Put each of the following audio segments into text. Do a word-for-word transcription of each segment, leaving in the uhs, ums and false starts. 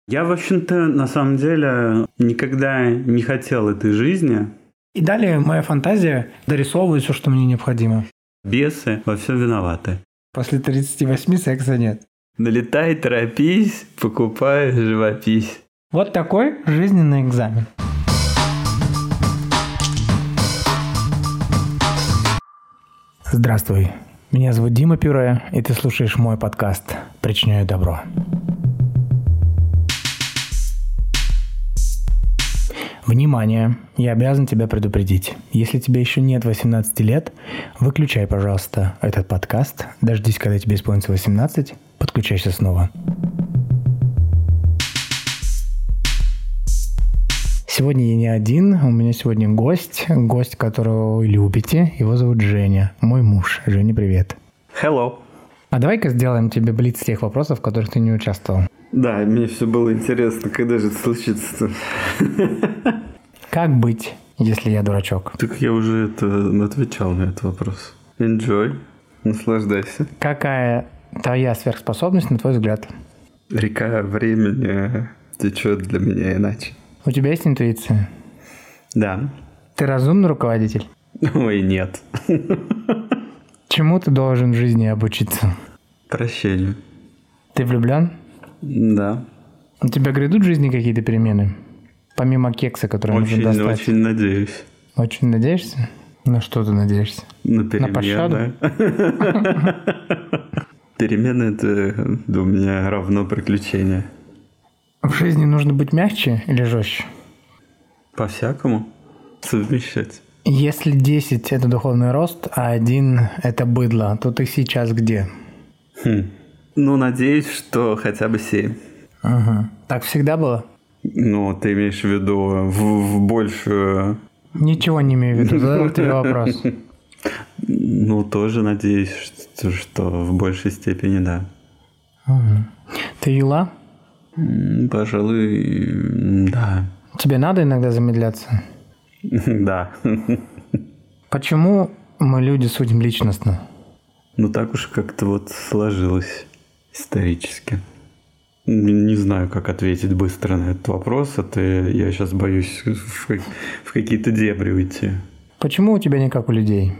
Я, в общем-то, на самом деле никогда не хотел этой жизни. И далее моя фантазия дорисовывает все, что мне необходимо. Бесы во всем виноваты. После тридцати восьми секса нет. Налетай, торопись, покупай, живопись. Вот такой жизненный экзамен. Здравствуй, меня зовут Дима Пюре, и ты слушаешь мой подкаст «Причиняю добро». Внимание! Я обязан тебя предупредить. Если тебе еще нет восемнадцати лет, выключай, пожалуйста, этот подкаст. Дождись, когда тебе исполнится восемнадцать. Подключайся снова. Сегодня я не один. У меня сегодня гость. Гость, которого вы любите. Его зовут Женя. Мой муж. Женя, привет. Hello. А давай-ка сделаем тебе блиц тех вопросов, в которых ты не участвовал. Да, мне все было интересно, когда же это случится-то. Как быть, если я дурачок? Так я уже это отвечал на этот вопрос. Enjoy, наслаждайся. Какая твоя сверхспособность, на твой взгляд? Река времени течет для меня иначе. У тебя есть интуиция? Да. Ты разумный руководитель? Ой, нет. Чему ты должен в жизни обучиться? Прощению. Ты влюблен? Да. У тебя грядут в жизни какие-то перемены? Помимо кекса, который очень, нужно достать? Очень надеюсь. Очень надеешься? На что ты надеешься? На перемены. На пощаду? Перемены – это для меня равно приключения. В жизни нужно быть мягче или жестче? По-всякому. Совмещать. Если десять – это духовный рост, а один – это быдло, то ты сейчас где? Хм. Ну, надеюсь, что хотя бы семь. Угу. Так всегда было? Ну, ты имеешь в виду в, в большую... Ничего не имею в виду, задал тебе вопрос. Ну, тоже надеюсь, что, что в большей степени, да. Угу. Ты юла? Пожалуй, да. Тебе надо иногда замедляться? Да. Почему мы люди судим личностно? Ну, так уж как-то вот сложилось исторически. Не знаю, как ответить быстро на этот вопрос. Это я сейчас боюсь в, в какие-то дебри уйти. Почему у тебя не как у людей?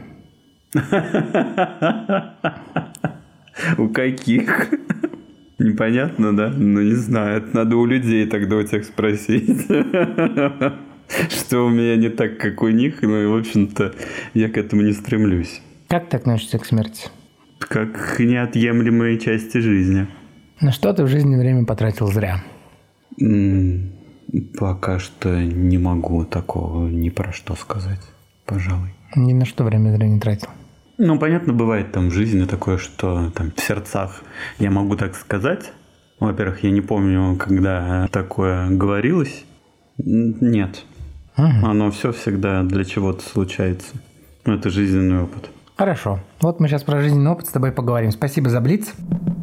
У каких? Непонятно, да? Ну, не знаю. Это надо у людей тогда у тех спросить. Что у меня не так, как у них. Ну, и, в общем-то, я к этому не стремлюсь. Как ты относишься к смерти? Как к неотъемлемой части жизни. На что ты в жизни время потратил зря? М-м, пока что не могу такого ни про что сказать, пожалуй. Ни на что время зря не тратил? Ну, понятно, бывает там в жизни такое, что там в сердцах я могу так сказать. Во-первых, я не помню, когда такое говорилось. Нет. Угу. Оно все всегда для чего-то случается. Ну, это жизненный опыт. Хорошо. Вот мы сейчас про жизненный опыт с тобой поговорим. Спасибо за блиц.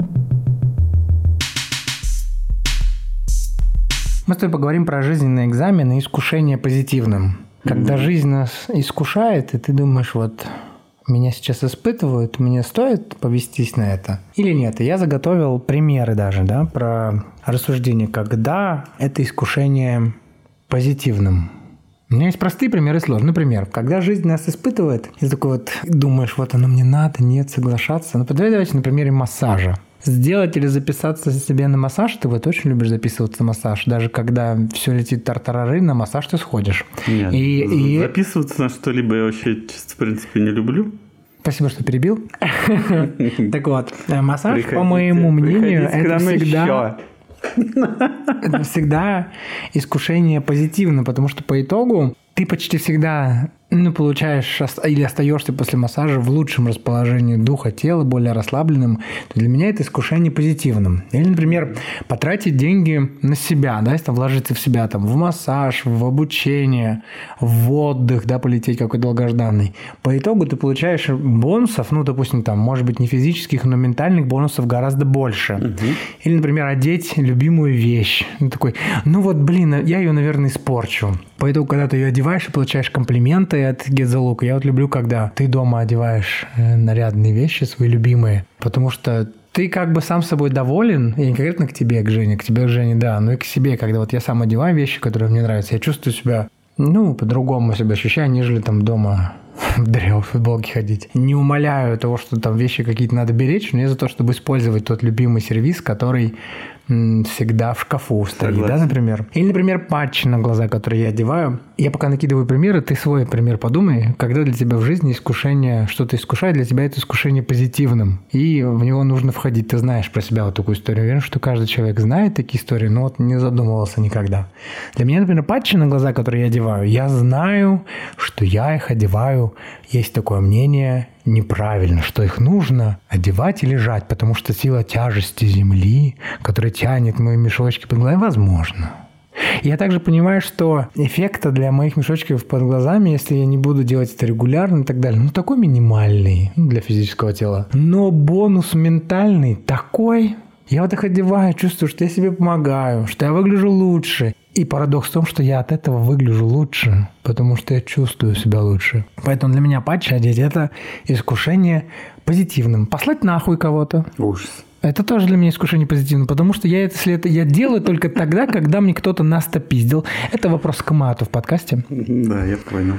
Мы с тобой поговорим про жизненный экзамен и искушение позитивным. Когда mm-hmm. жизнь нас искушает, и ты думаешь, вот меня сейчас испытывают, мне стоит повестись на это или нет? И я заготовил примеры даже, да, про рассуждение, когда это искушение позитивным. У меня есть простые примеры и сложные. Например, когда жизнь нас испытывает, и такой вот думаешь, вот оно мне надо, нет, соглашаться. Ну, давайте на примере массажа. Сделать или записаться себе на массаж, ты вот очень любишь записываться на массаж. Даже когда все летит тартарары, на массаж ты сходишь. Нет, и, и... записываться на что-либо я вообще, в принципе, не люблю. Спасибо, что перебил. Так вот, массаж, по моему мнению, это всегда... Это всегда искушение позитивно, потому что по итогу ты почти всегда ну, получаешь или остаешься после массажа в лучшем расположении духа, тела, более расслабленным, то для меня это искушение позитивным. Или, например, потратить деньги на себя, да, если вложиться в себя, там, в массаж, в обучение, в отдых, да, полететь какой-то долгожданный. По итогу ты получаешь бонусов, ну, допустим, там, может быть, не физических, но ментальных бонусов гораздо больше. Угу. Или, например, одеть любимую вещь. Ну, такой, ну вот, блин, я ее, наверное, испорчу. По итогу, когда ты ее одеваешь и получаешь комплименты от Get the Look, я вот люблю, когда ты дома одеваешь нарядные вещи, свои любимые, потому что ты как бы сам собой доволен, и не конкретно к тебе, к Жене, к тебе, к Жене, да, но и к себе, когда вот я сам одеваю вещи, которые мне нравятся, я чувствую себя, ну, по-другому себя ощущаю, нежели там дома в дырявой футболке ходить. Не умаляю того, что там вещи какие-то надо беречь, но я за то, чтобы использовать тот любимый сервис, который всегда в шкафу стоит, Согласен. Да, например. Или, например, патчи на глаза, которые я одеваю. Я пока накидываю примеры, ты свой пример подумай, когда для тебя в жизни искушение, что-то искушает, для тебя это искушение позитивным, и в него нужно входить. Ты знаешь про себя вот такую историю. Уверен, что каждый человек знает такие истории, но вот не задумывался никогда. Для меня, например, патчи на глаза, которые я одеваю, я знаю, что я их одеваю. Есть такое мнение, неправильно, что их нужно одевать и лежать, потому что сила тяжести земли, которая тянет мои мешочки под глазами, возможно. Я также понимаю, что эффекта для моих мешочков под глазами, если я не буду делать это регулярно и так далее, ну такой минимальный, ну, для физического тела. Но бонус ментальный такой. Я вот их одеваю, чувствую, что я себе помогаю, что я выгляжу лучше. И парадокс в том, что я от этого выгляжу лучше, потому что я чувствую себя лучше. Поэтому для меня патчи одеть – это искушение позитивным. Послать нахуй кого-то. Ужас. Это тоже для меня искушение позитивное, потому что я, если это я делаю только тогда, когда мне кто-то настопиздил. Это вопрос к мату в подкасте. Да, я понял.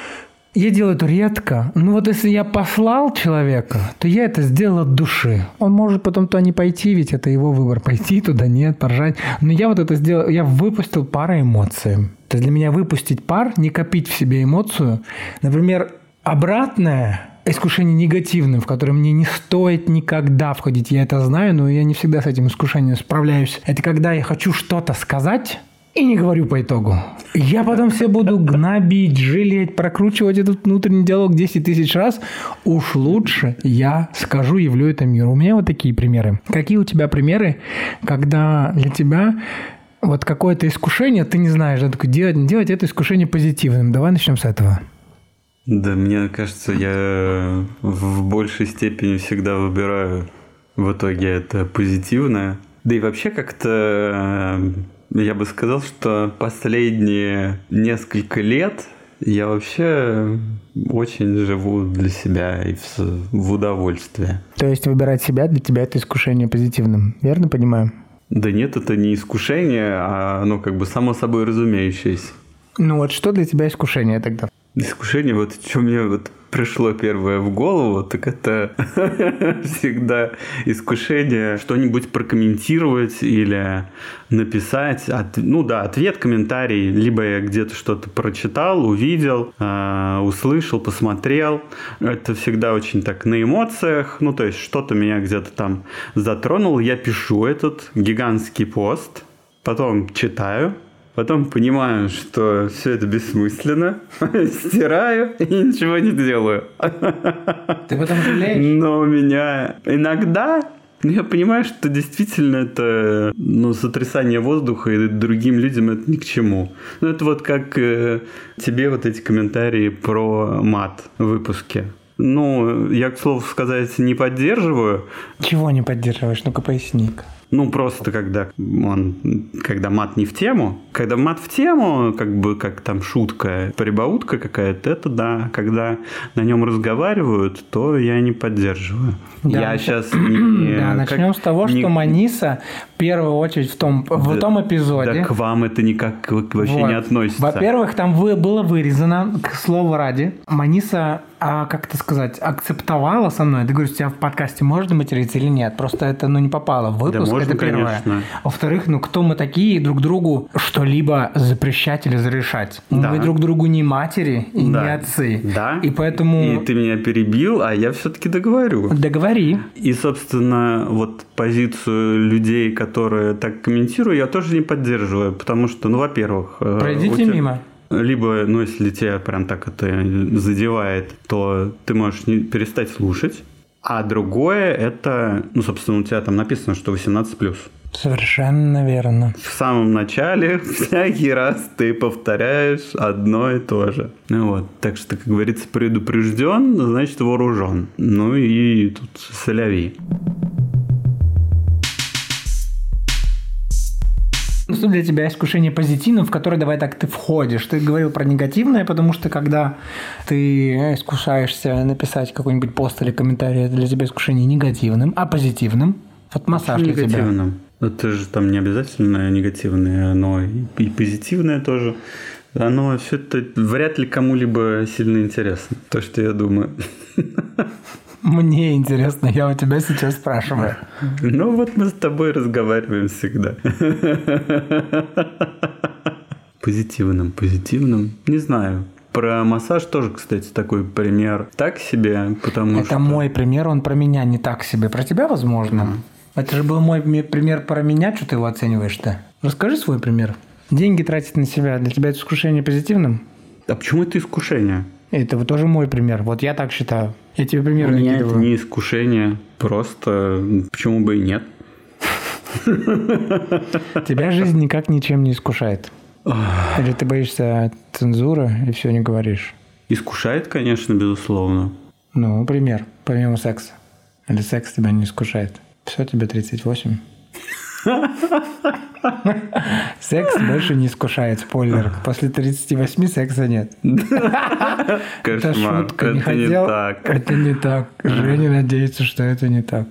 Я делаю это редко. Ну вот если я послал человека, то я это сделал от души. Он может потом туда не пойти, ведь это его выбор. Пойти туда, нет, поржать. Но я вот это сделал, я выпустил пар эмоций. То есть для меня выпустить пар, не копить в себе эмоцию. Например, обратное искушение негативным, в которое мне не стоит никогда входить. Я это знаю, но я не всегда с этим искушением справляюсь. Это когда я хочу что-то сказать и не говорю по итогу. Я потом все буду гнобить, жалеть, прокручивать этот внутренний диалог десять тысяч раз. Уж лучше я скажу, явлю это миру. У меня вот такие примеры. Какие у тебя примеры, когда для тебя вот какое-то искушение, ты не знаешь, да, такое, делать, делать это искушение позитивным? Давай начнем с этого. Да, мне кажется, я в большей степени всегда выбираю в итоге это позитивное. Да и вообще как-то я бы сказал, что последние несколько лет я вообще очень живу для себя и в, в удовольствие. То есть выбирать себя для тебя – это искушение позитивным, верно понимаю? Да нет, это не искушение, а оно как бы само собой разумеющееся. Ну вот что для тебя искушение тогда? Искушение, вот что мне вот пришло первое в голову, так это всегда искушение что-нибудь прокомментировать или написать. От, ну да, ответ, комментарий. Либо я где-то что-то прочитал, увидел, э, услышал, посмотрел. Это всегда очень так на эмоциях. Ну то есть что-то меня где-то там затронуло. Я пишу этот гигантский пост, потом читаю. Потом понимаю, что все это бессмысленно, стираю и ничего не делаю. Ты потом жалеешь? Но у меня иногда, ну, я понимаю, что действительно это, ну, сотрясание воздуха, и другим людям это ни к чему. Ну, это вот как э, тебе вот эти комментарии про мат в выпуске. Ну, я, к слову сказать, не поддерживаю. Чего не поддерживаешь? Ну-ка поясни-ка. Ну, просто когда он, когда мат не в тему. Когда мат в тему, как бы, как там шутка, прибаутка какая-то, это да. Когда на нем разговаривают, то я не поддерживаю. Да, я сейчас не... Да, начнем с того, не, что Маниса в первую очередь в том, в да, том эпизоде... Да к вам это никак вообще вот. Не относится. Во-первых, там было вырезано, к слову ради, Маниса, а, как это сказать, акцептовала со мной. Ты говоришь, у тебя в подкасте можно материться или нет? Просто это, ну, не попало в выпуск. Да, это первое. Конечно. Во-вторых, ну кто мы такие друг другу что-либо запрещать или разрешать? Да. Мы друг другу не матери и да. не отцы. Да. И поэтому... И ты меня перебил, а я все-таки договорю. Договори. И, собственно, вот позицию людей, которые так комментируют, я тоже не поддерживаю, потому что, ну, во-первых... Пройдите тебя... мимо. Либо, ну, если тебя прям так это задевает, то ты можешь не перестать слушать. А другое, это, ну, собственно, у тебя там написано, что восемнадцать плюс. Совершенно верно. В самом начале всякий раз ты повторяешь одно и то же. Ну вот, так что, как говорится, предупрежден, значит вооружен. Ну и тут соляви. Ну, что для тебя искушение позитивным, в которое, давай так, ты входишь? Ты говорил про негативное, потому что когда ты искушаешься написать какой-нибудь пост или комментарий, это для тебя искушение негативным, а позитивным? Вот массаж для тебя. Негативным. Это же там не обязательно негативное, но и позитивное тоже. Оно все это вряд ли кому-либо сильно интересно. То, что я думаю. Мне интересно, я у тебя сейчас спрашиваю. Ну вот мы с тобой разговариваем всегда. Позитивным, позитивным. Не знаю. Про массаж тоже, кстати, такой пример так себе, потому это что... Это мой пример, он про меня не так себе. Про тебя, возможно. Mm. Это же был мой пример про меня, что ты его оцениваешь-то? Расскажи свой пример. Деньги тратить на себя, для тебя это искушение позитивным? А почему это искушение? Это вот тоже мой пример. Вот я так считаю. Я тебе пример накидываю. У меня накидываю. это не искушение, просто почему бы и нет. Тебя жизнь никак ничем не искушает. Или ты боишься цензуры и все не говоришь? Искушает, конечно, безусловно. Ну, пример, помимо секса. Или секс тебя не искушает? Все, тебе тридцать восемь. Секс больше не искушает, спойлер. После тридцати восьми секса нет. Это шутка, не хотел. Это не так. Женя надеется, что это не так.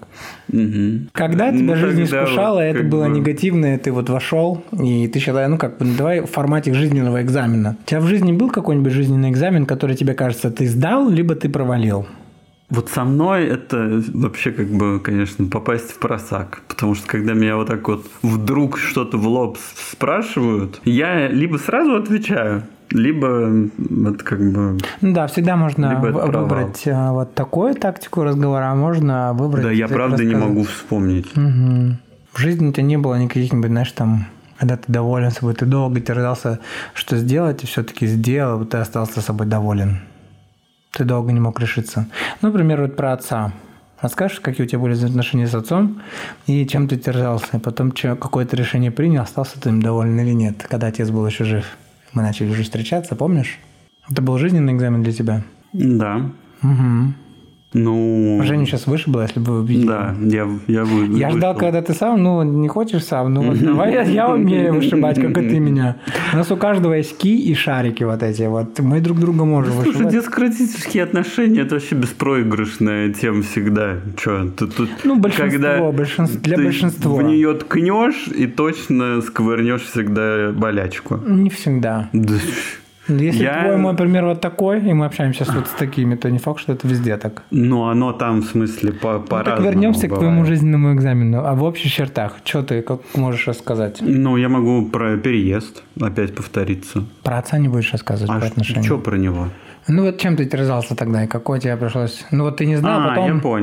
Когда тебя жизнь искушала, это было негативное, ты вот вошел, и ты считаешь, ну как бы, давай в формате жизненного экзамена. У тебя в жизни был какой-нибудь жизненный экзамен, который тебе кажется, ты сдал, либо ты провалил? Вот со мной это вообще как бы, конечно, попасть в просак. Потому что когда меня вот так вот вдруг что-то в лоб спрашивают, я либо сразу отвечаю, либо это как бы... Да, всегда можно выбрать вот такую тактику разговора, а можно выбрать... Да, я правда не могу вспомнить. Угу. В жизни-то не было никаких, знаешь, там... Когда ты доволен собой, ты долго терзался, что сделать, и все-таки сделал, ты остался собой доволен. Ты долго не мог решиться. Ну, например, вот про отца. Расскажешь, какие у тебя были отношения с отцом и чем ты терзался? И потом какое-то решение принял, остался ты им доволен или нет, когда отец был еще жив. Мы начали уже встречаться, помнишь? Это был жизненный экзамен для тебя? Да. Угу. Ну... Женя сейчас вышибла, если бы вы увидели. Да, я, я вы, Я вышел. Ждал, когда ты сам, ну, не хочешь сам, ну, вот давай я, я умею вышибать, как и ты меня. У нас у каждого есть ки и шарики вот эти вот. Мы друг друга можем Слушай, вышибать. детско-родительские отношения – это вообще беспроигрышная тема всегда. Че, тут, тут, ну, большинство, когда большинство для ты большинства. в нее ткнешь и точно сковырнешь всегда болячку. Не всегда. Да. Если я... твой мой пример вот такой, и мы общаемся вот с такими, то не факт, что это везде так. Ну, оно там, в смысле, по- по-разному. Ну, так вернемся бывает. К твоему жизненному экзамену. А в общих чертах, что ты как можешь рассказать? Ну, я могу про переезд опять повториться. Про отца не будешь рассказывать, а про отношения? что про него? Ну, вот чем ты терзался тогда, и какой тебе пришлось? Ну, вот ты не знал, а, потом... я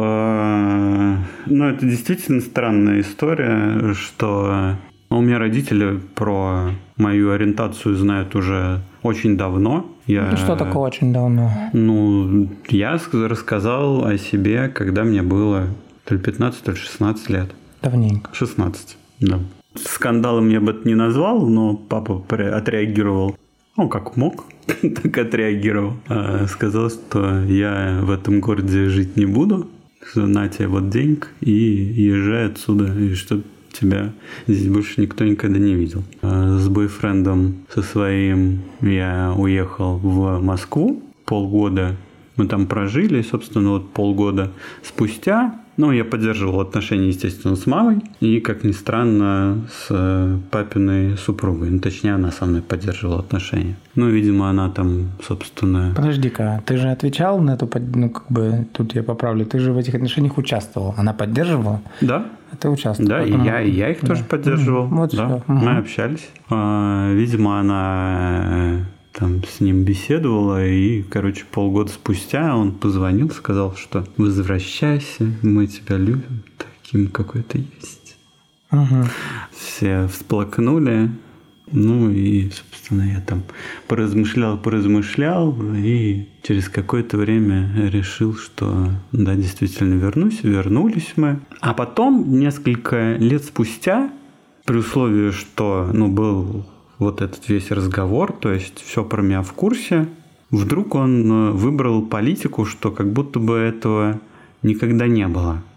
понял. Ну, это действительно странная история, что у меня родители про мою ориентацию знают уже очень давно. Я, ну, что такое очень давно? Ну, я рассказал о себе, когда мне было то ли пятнадцать, то ли шестнадцать лет. Давненько. шестнадцать, да. Скандалом я бы это не назвал, но папа отреагировал. Ну, как мог, так отреагировал. Сказал, что я в этом городе жить не буду. На тебе вот денег и езжай отсюда. И что тебя здесь больше никто никогда не видел. С бойфрендом со своим я уехал в Москву. Полгода мы там прожили. И, собственно, вот полгода спустя, ну, я поддерживал отношения, естественно, с мамой. И, как ни странно, с папиной супругой. Ну, точнее, она со мной поддерживала отношения. Ну, видимо, она там, собственно... Подожди-ка, ты же отвечал на эту... Ну, как бы, тут я поправлю. Ты же в этих отношениях участвовал. Она поддерживала? Да. Ты участвовал? Да, потом... и я, и я их да. тоже поддерживал. Mm-hmm. Вот да. все. Mm-hmm. Мы общались. Видимо, она... там с ним беседовала, и, короче, полгода спустя он позвонил, сказал, что возвращайся, мы тебя любим таким, какой ты есть. Угу. Все всплакнули, ну и, собственно, я там поразмышлял, поразмышлял, и через какое-то время решил, что, да, действительно вернусь, вернулись мы. А потом, несколько лет спустя, при условии, что, ну, был... вот этот весь разговор, то есть все про меня в курсе, вдруг он выбрал политику, что как будто бы этого никогда не было.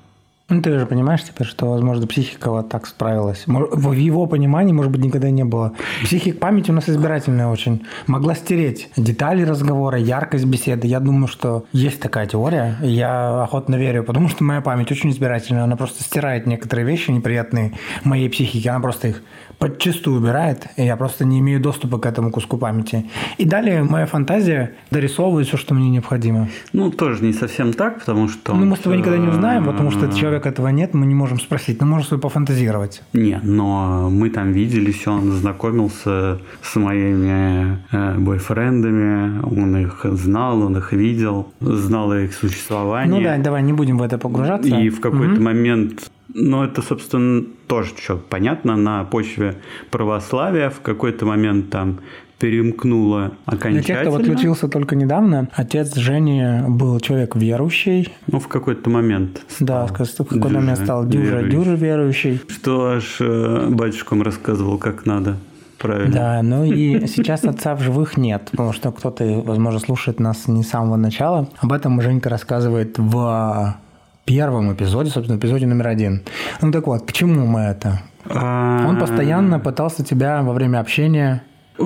Ну, ты же понимаешь теперь, что, возможно, психика вот так справилась. В его понимании, может быть, никогда не было. Психика, память у нас избирательная очень. Могла стереть детали разговора, яркость беседы. Я думаю, что есть такая теория. Я охотно верю, потому что моя память очень избирательная. Она просто стирает некоторые вещи неприятные моей психики. Она просто их подчистую убирает, и я просто не имею доступа к этому куску памяти. И далее моя фантазия дорисовывает все, что мне необходимо. Ну, тоже не совсем так, потому что... Ну, мы с тобой никогда не узнаем, потому что человека этого нет, мы не можем спросить, но можем с тобой пофантазировать. Не, но мы там виделись, он знакомился с моими э, бойфрендами, он их знал, он их видел, знал их существование. Ну да, давай не будем в это погружаться. И в какой-то mm-hmm. момент... Ну, это, собственно, тоже что понятно, на почве православия в какой-то момент там перемкнуло окончательно. Для тех, кто отлучился только недавно, отец Жени был человек верующий. Ну, в какой-то момент. Да, в какой-то момент стал дюжа, дюжа верующий. Что аж батюшкам рассказывал, как надо. Правильно. Да, ну и сейчас отца в живых нет, потому что кто-то, возможно, слушает нас не с самого начала. Об этом Женька рассказывает в... первом эпизоде, собственно, эпизоде номер один. Ну так вот, к чему мы это? Он постоянно пытался тебя во время общения...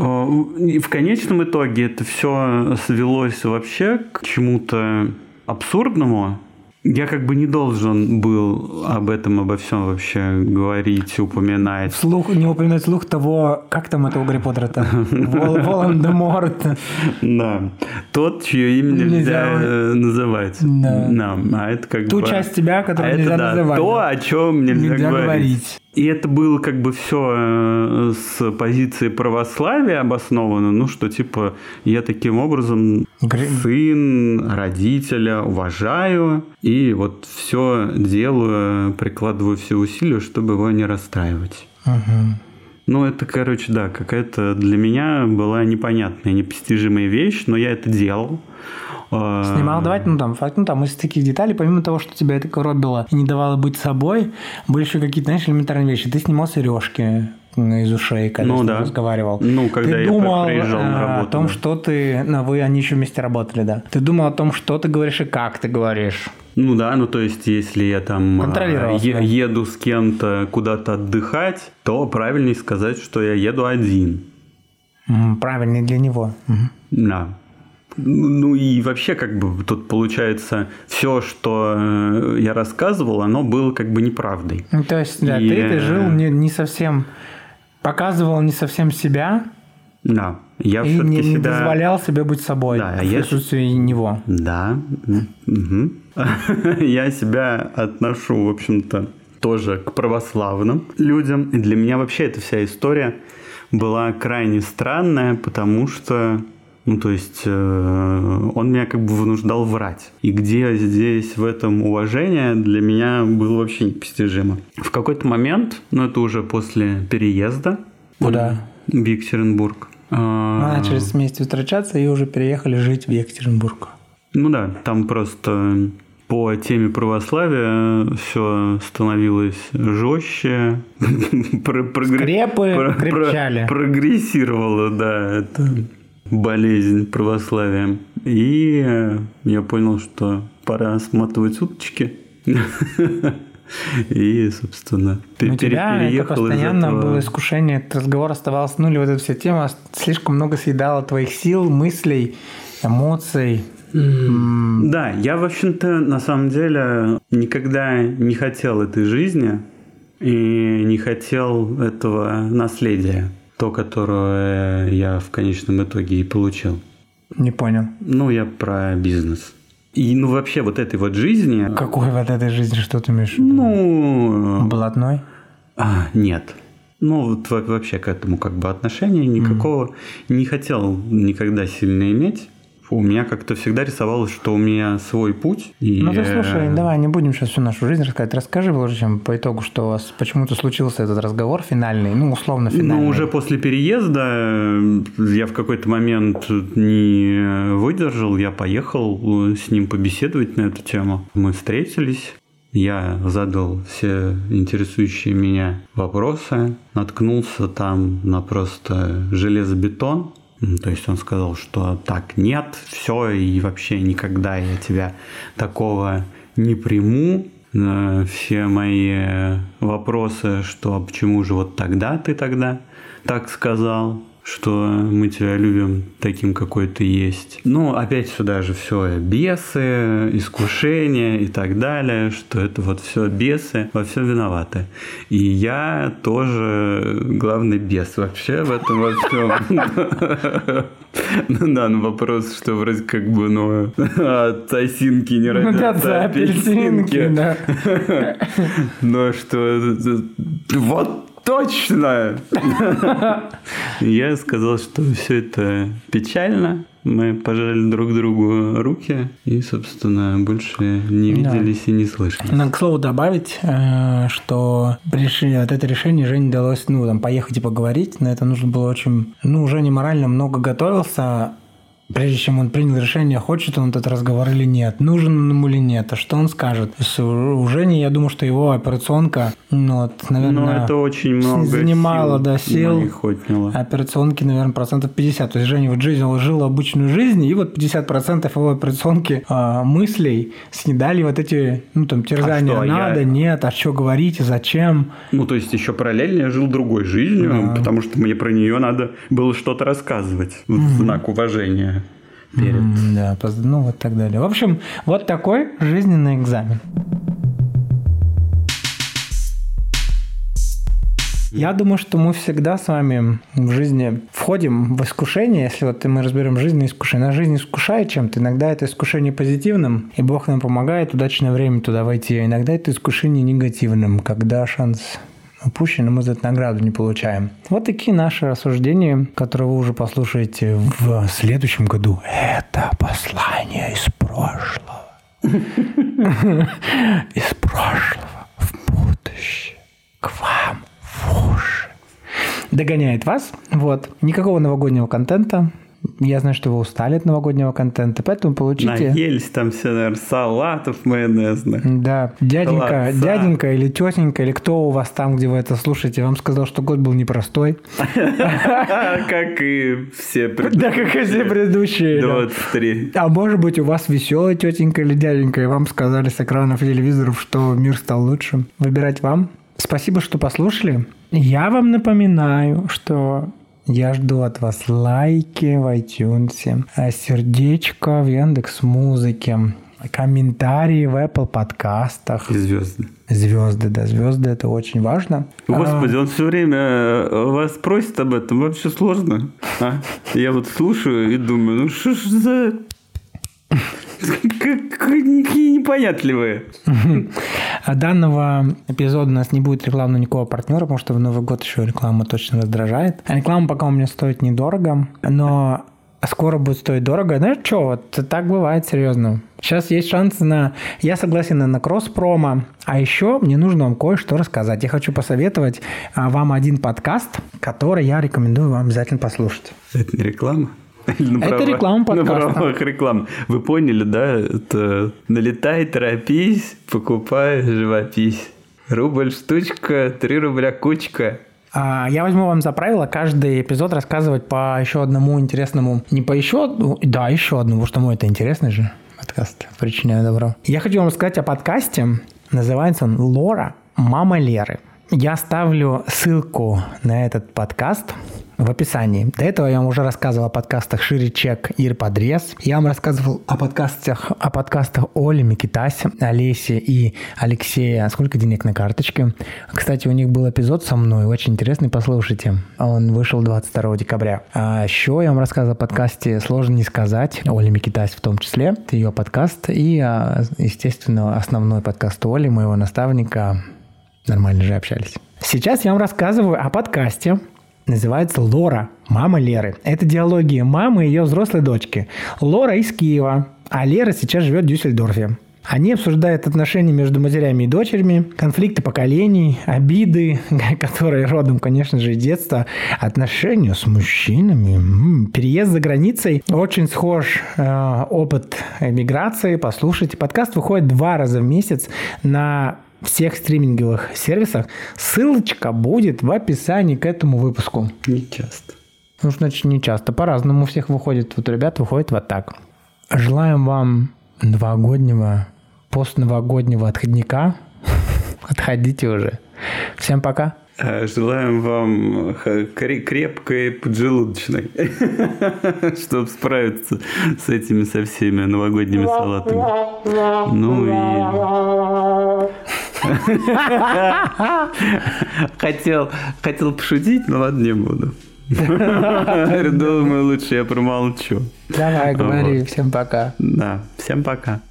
В конечном итоге это все свелось вообще к чему-то абсурдному. Я как бы не должен был об этом, обо всем вообще говорить, упоминать. Вслух, не упоминать вслух того, как там это у Гарри Поттера-то? Волан-де-Морт. Да. Тот, чье имя нельзя называть. Да. А это как бы... Ту часть тебя, которую нельзя называть. То, о чем нельзя говорить. И это было как бы все с позиции православия обосновано, ну что типа я таким образом сын родителя уважаю и вот все делаю, прикладываю все усилия, чтобы его не расстраивать. Угу. Ну это, короче, да, какая-то для меня была непонятная, непостижимая вещь, но я это делал. Снимал, давайте, ну там, факт, ну там из таких деталей, помимо того, что тебя это коробило и не давало быть собой, были еще какие-то, знаешь, элементарные вещи. Ты снимал сережки из ушей, когда ну, ты да. разговаривал. Ну, когда ты я думал приезжал на работу. О том, да. что ты... Ну, вы, они еще вместе работали, да. Ты думал о том, что ты говоришь и как ты говоришь. Ну да, ну то есть, если я там е- еду с кем-то куда-то отдыхать, то правильнее сказать, что я еду один. Правильнее для него. Да. Ну и вообще, как бы, тут получается, все, что я рассказывал, оно было как бы неправдой. Ну, то есть, да, и... ты, ты жил не, не совсем, показывал не совсем себя. Да, я и все-таки не, не себя... дозволял себе быть собой да, в присутствии я... него. Да, угу. Я себя отношу, в общем-то, тоже к православным людям. И для меня вообще эта вся история была крайне странная, потому что... Ну, то есть, э, он меня как бы вынуждал врать. И где здесь в этом уважение для меня было вообще непостижимо. В какой-то момент, ну, это уже после переезда. Куда? В Екатеринбург. Мы начали вместе встречаться и уже переехали жить в Екатеринбург. Ну да, там просто по теме православия все становилось жестче. Скрепы крепчали. Прогрессировало, да, это... болезнь православия. И я понял, что пора сматывать уточки. И, собственно, переехал. У тебя это постоянно этого... было искушение, этот разговор оставался, ну или вот эта вся тема слишком много съедала твоих сил, мыслей, эмоций. Mm. Да, я, в общем-то, на самом деле никогда не хотел этой жизни и не хотел этого наследия. То, которое я в конечном итоге и получил. Не понял. Ну, я про бизнес. И, ну, вообще вот этой вот жизни... Какой вот этой жизни, что ты имеешь в виду? Ну... Блатной? А, нет. Ну, вот вообще к этому как бы отношения никакого mm. не хотел никогда сильно иметь. У меня как-то всегда рисовалось, что у меня свой путь. И... Ну, ты слушай, давай не будем сейчас всю нашу жизнь рассказать. Расскажи, прежде чем по итогу, что у вас почему-то случился этот разговор финальный, ну, условно финальный. Ну, уже после переезда я в какой-то момент не выдержал, я поехал с ним побеседовать на эту тему. Мы встретились, я задал все интересующие меня вопросы, наткнулся там на просто железобетон. То есть он сказал, что так нет, все, и вообще никогда я тебя такого не приму. на все мои вопросы, что почему же вот тогда ты тогда так сказал, что мы тебя любим таким, какой ты есть. Ну, опять сюда же все бесы, искушения и так далее, что это вот все бесы, во всем виноваты. И я тоже главный бес вообще в этом во всем. Ну да, ну вопрос, что вроде как бы, ну, от осинки не родятся апельсинки. Но что вот точно! Я сказал, что все это печально. Мы пожали друг другу руки и, собственно, больше не виделись да. и не слышались. Но, к слову, добавить, что вот это решение Жене далось, ну, там, поехать и поговорить. На это нужно было очень... Ну, Женя морально много готовился. Прежде чем он принял решение, хочет он этот разговор или нет, нужен он ему или нет, а что он скажет. У Жени, я думаю, что его операционка, ну, вот, наверное, но это очень много занимала сил, да, сил операционки, наверное, процентов пятьдесят. То есть Женя вот жизнь, он жил обычную жизнь, и вот пятьдесят процентов его операционки а, мыслей съедали вот эти, ну, там, терзания. А что, надо, я... нет, а что говорить, зачем. Ну, то есть еще параллельно я жил другой жизнью, да. потому что мне про нее надо было что-то рассказывать в mm-hmm. знак уважения. Перед. Mm, да, ну вот так далее. В общем, вот такой жизненный экзамен. Я думаю, что мы всегда с вами в жизни входим в искушение, если вот мы разберем жизнь и искушение. Наша жизнь искушает чем-то. Иногда это искушение позитивным, и Бог нам помогает удачное время туда войти. А иногда это искушение негативным, когда шанс упущен, и мы за это награду не получаем. Вот такие наши рассуждения, которые вы уже послушаете в следующем году. Это послание из прошлого. Из прошлого в будущее. К вам в уши. Догоняет вас. Вот. Никакого новогоднего контента. Я знаю, что вы устали от новогоднего контента, поэтому получите... Наелись там все, наверное, салатов майонезных. Да. Дяденька, дяденька или тетенька, или кто у вас там, где вы это слушаете, вам сказал, что год был непростой. Как и все предыдущие. Да, как и все предыдущие. двадцать три. А может быть, у вас веселая тетенька или дяденька, и вам сказали с экранов телевизоров, что мир стал лучше. Выбирать вам. Спасибо, что послушали. Я вам напоминаю, что... Я жду от вас лайки в iTunes, сердечко в Яндекс.Музыке, комментарии в Apple подкастах. И звезды. Звезды, да, звезды, это очень важно. Господи, он все время вас просит об этом, вообще сложно. А? Я вот слушаю и думаю, ну что ж за... Какие непонятливые. Данного эпизода у нас не будет рекламного никакого партнера, потому что в Новый год еще реклама точно раздражает. А реклама пока у меня стоит недорого, но скоро будет стоить дорого. Знаешь, что, вот так бывает, серьезно. Сейчас есть шанс на... Я согласен на кросс-промо, а еще мне нужно вам кое-что рассказать. Я хочу посоветовать вам один подкаст, который я рекомендую вам обязательно послушать. Это не реклама? На это права, реклама подкаста. На правах рекламы. Вы поняли, да? Это налетай, торопись, покупай, живопись. Рубль штучка, три рубля кучка. Я возьму вам за правило каждый эпизод рассказывать по еще одному интересному... Не по еще одному, да, еще одному, потому что мой это интересный же подкаст. Причиняю добро. Я хочу вам рассказать о подкасте. Называется он «Лора. Мама Леры». Я оставлю ссылку на этот подкаст в описании. До этого я вам уже рассказывал о подкастах «Шире чек», «Ир подрез». Я вам рассказывал о подкастах, о подкастах Оли, Микитаси, Олеси и Алексея «Сколько денег на карточке?». Кстати, у них был эпизод со мной, очень интересный, послушайте. Он вышел двадцать второго декабря. А еще я вам рассказывал о подкасте «Сложно не сказать», Оли Микитаси в том числе. Это ее подкаст. И, естественно, основной подкаст Оли, моего наставника. Нормально же общались. Сейчас я вам рассказываю о подкасте. Называется «Лора. Мама Леры». Это диалоги мамы и ее взрослой дочки. Лора из Киева, а Лера сейчас живет в Дюссельдорфе. Они обсуждают отношения между матерями и дочерями, конфликты поколений, обиды, которые родом, конечно же, из детства, отношения с мужчинами, м-м, переезд за границей. Очень схож э, опыт эмиграции. Послушайте. Подкаст выходит два раза в месяц на всех стриминговых сервисах. Ссылочка будет в описании к этому выпуску. Не часто. Ну, значит, не часто. По-разному у всех выходит. Вот у ребят выходит вот так. Желаем вам новогоднего постновогоднего отходника. Отходите уже. Всем пока. Желаем вам крепкой поджелудочной, чтобы справиться с этими со всеми новогодними салатами. Ну и... Хотел, хотел пошутить, но ладно, не буду. Думаю, лучше я промолчу. Давай, говори. Всем пока. Да, всем пока.